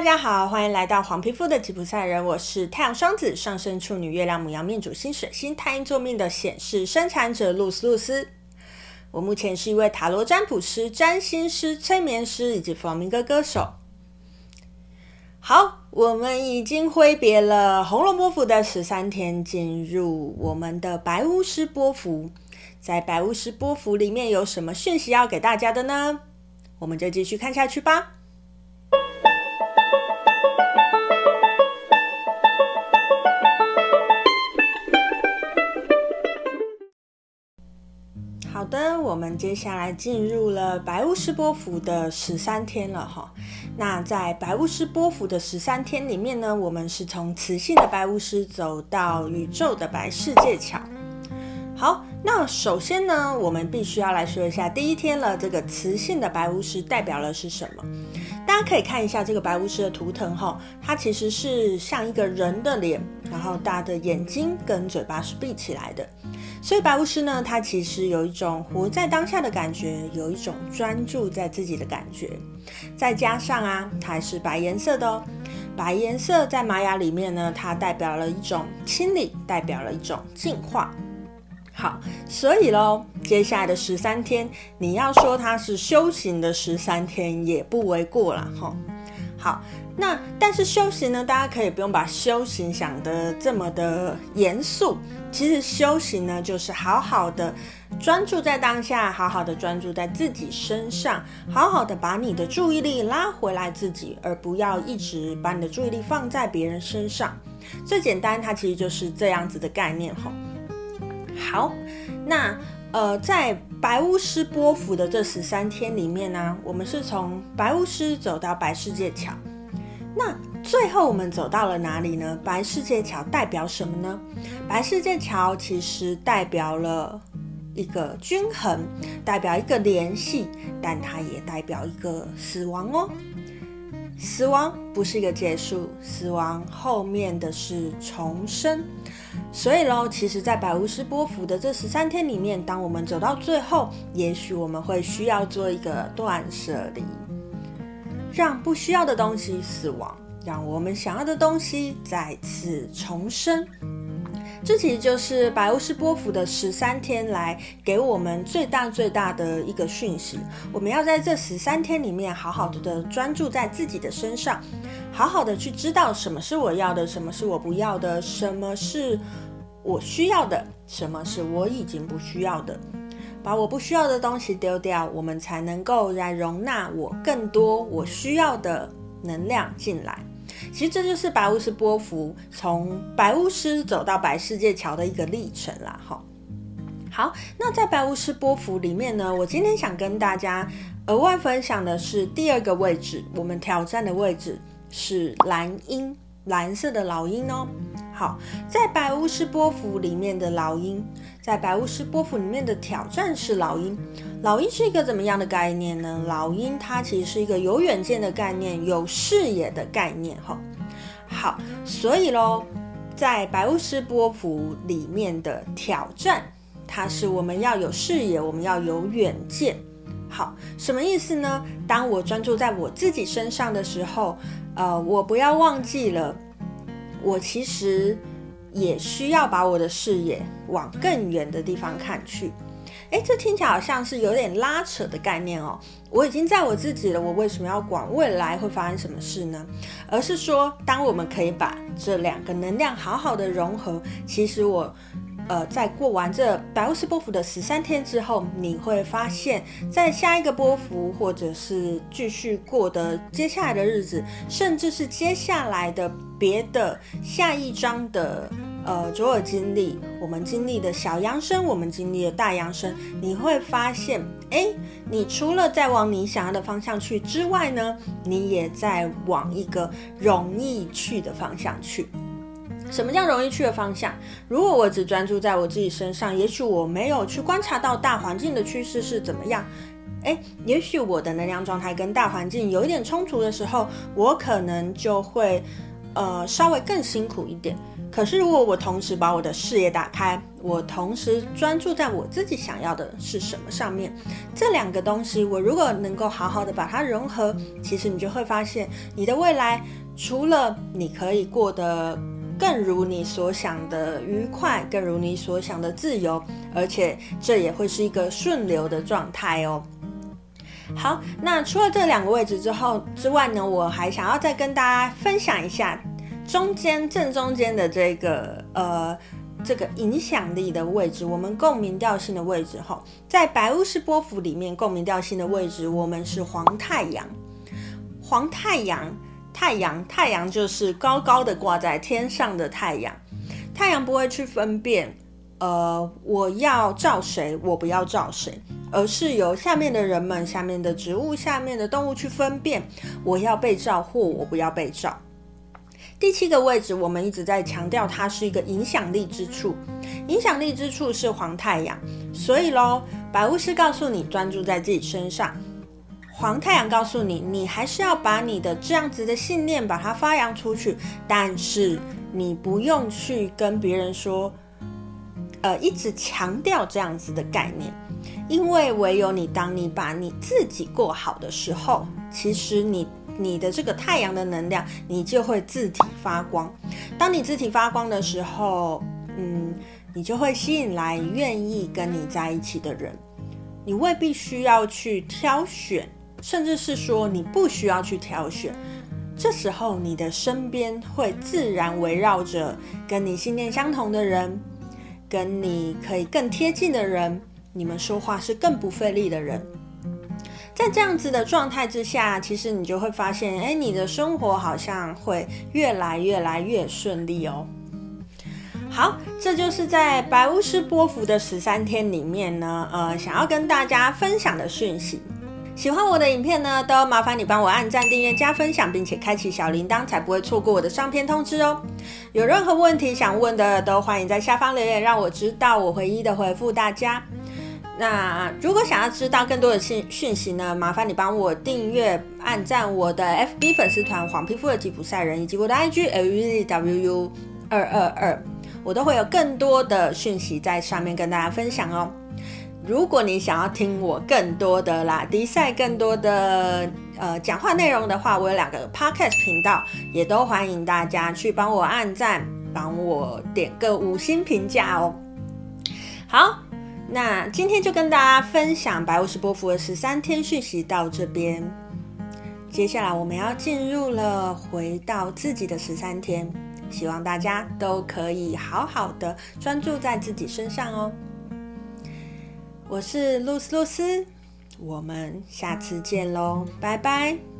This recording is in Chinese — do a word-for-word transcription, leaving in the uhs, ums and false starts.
大家好，欢迎来到黄皮肤的吉普赛人，我是太阳双子上升处女月亮牡羊命主星水星太阴座命的显示生产者露丝露丝。我目前是一位塔罗占卜师、占星师、催眠师以及弗朗明哥歌手。好，我们已经挥别了红龙波符的十三天，进入我们的白巫师波符。在白巫师波符里面有什么讯息要给大家的呢？我们就继续看下去吧。好的，我们接下来进入了白巫师波符的十三天了哈。那在白巫师波符的十三天里面呢，我们是从磁性的白巫师走到宇宙的白世界桥。好，那首先呢，我们必须要来说一下第一天了，这个磁性的白巫师代表的是什么？大家可以看一下这个白巫师的图腾哈，它其实是像一个人的脸，然后大的眼睛跟嘴巴是闭起来的。所以白巫师呢，它其实有一种活在当下的感觉，有一种专注在自己的感觉。再加上啊，它还是白颜色的哦。白颜色在玛雅里面呢，它代表了一种清理，代表了一种净化。好，所以咯，接下来的十三天，你要说它是修行的十三天也不为过啦齁。好，那但是修行呢，大家可以不用把修行想得这么的严肃。其实修行呢，就是好好的专注在当下，好好的专注在自己身上，好好的把你的注意力拉回来自己，而不要一直把你的注意力放在别人身上。最简单，它其实就是这样子的概念齁。好，那呃，在白巫师波符的这十三天里面呢，我们是从白巫师走到白世界桥。那最后我们走到了哪里呢？白世界桥代表什么呢？白世界桥其实代表了一个均衡，代表一个联系，但它也代表一个死亡哦。死亡不是一个结束，死亡后面的是重生。所以咯，其实在白巫师波符的这十三天里面，当我们走到最后，也许我们会需要做一个断舍离，让不需要的东西死亡，让我们想要的东西再次重生。这其实就是白巫师波符的十三天来给我们最大最大的一个讯息。我们要在这十三天里面好好的专注在自己的身上，好好的去知道什么是我要的，什么是我不要的，什么是我需要的，什么是我已经不需要的。把我不需要的东西丢掉，我们才能够来容纳我更多我需要的能量进来。其实这就是白巫师波符从白巫师走到白世界桥的一个历程啦。好，那在白巫师波符里面呢，我今天想跟大家额外分享的是第二个位置，我们挑战的位置是蓝鹰，蓝色的老鹰哦。好，在白巫师波符里面的老鹰，在白巫师波符里面的挑战是老鹰。老鹰是一个怎么样的概念呢？老鹰它其实是一个有远见的概念，有视野的概念。好，所以咯，在白巫师波符里面的挑战，它是我们要有视野，我们要有远见。好，什么意思呢？当我专注在我自己身上的时候，呃，我不要忘记了，我其实也需要把我的视野往更远的地方看去。诶，这听起来好像是有点拉扯的概念哦。我已经在我自己了，我为什么要管未来会发生什么事呢？而是说，当我们可以把这两个能量好好的融合，其实我呃，在过完这白巫师波符的十三天之后，你会发现在下一个波符，或者是继续过的接下来的日子，甚至是接下来的别的下一章的呃左耳经历，我们经历的小扬升，我们经历的大扬升，你会发现，诶，你除了在往你想要的方向去之外呢，你也在往一个容易去的方向去。什么叫容易去的方向？如果我只专注在我自己身上，也许我没有去观察到大环境的趋势是怎么样。诶，也许我的能量状态跟大环境有一点冲突的时候，我可能就会呃稍微更辛苦一点。 可是如果我同时把我的视野打开，我同时专注在我自己想要的是什么上面，这两个东西我如果能够好好的把它融合，其实你就会发现你的未来除了你可以过得更如你所想的愉快，更如你所想的自由，而且这也会是一个顺流的状态哦。好，那除了这两个位置之后之外呢，我还想要再跟大家分享一下中间正中间的这个呃这个影响力的位置，我们共鸣调性的位置哈，在白巫师波符里面，共鸣调性的位置我们是黄太阳。黄太阳，太阳，太阳就是高高的挂在天上的太阳。太阳不会去分辨，呃，我要照谁，我不要照谁，而是由下面的人们、下面的植物、下面的动物去分辨，我要被照或我不要被照。第七个位置，我们一直在强调它是一个影响力之处，影响力之处是黄太阳，所以咯，白巫师告诉你专注在自己身上，黄太阳告诉你，你还是要把你的这样子的信念把它发扬出去，但是你不用去跟别人说，呃，一直强调这样子的概念，因为唯有你当你把你自己过好的时候，其实你你的这个太阳的能量，你就会自体发光。当你自体发光的时候，嗯，你就会吸引来愿意跟你在一起的人。你未必需要去挑选，甚至是说你不需要去挑选。这时候你的身边会自然围绕着跟你信念相同的人，跟你可以更贴近的人，你们说话是更不费力的人。在这样子的状态之下，其实你就会发现，哎，你的生活好像会越来越来越顺利哦。好，这就是在白巫师波符的十三天里面呢，呃，想要跟大家分享的讯息。喜欢我的影片呢，都麻烦你帮我按赞、订阅、加分享，并且开启小铃铛，才不会错过我的上片通知哦。有任何问题想问的，都欢迎在下方留言，让我知道，我会一一的回复大家。那如果想要知道更多的讯息呢，麻烦你帮我订阅、按赞我的 F B 粉丝团黄皮肤的吉普赛人，以及我的 I G L U Z W U 二二二，我都会有更多的讯息在上面跟大家分享哦。如果你想要听我更多的拉迪赛、更多的呃讲话内容的话，我有两个 Podcast 频道，也都欢迎大家去帮我按赞，帮我点个五星评价哦。好，那今天就跟大家分享白巫师波符的十三天讯息到这边，接下来我们要进入了回到自己的十三天，希望大家都可以好好的专注在自己身上哦。我是露丝露丝，我们下次见咯，拜拜。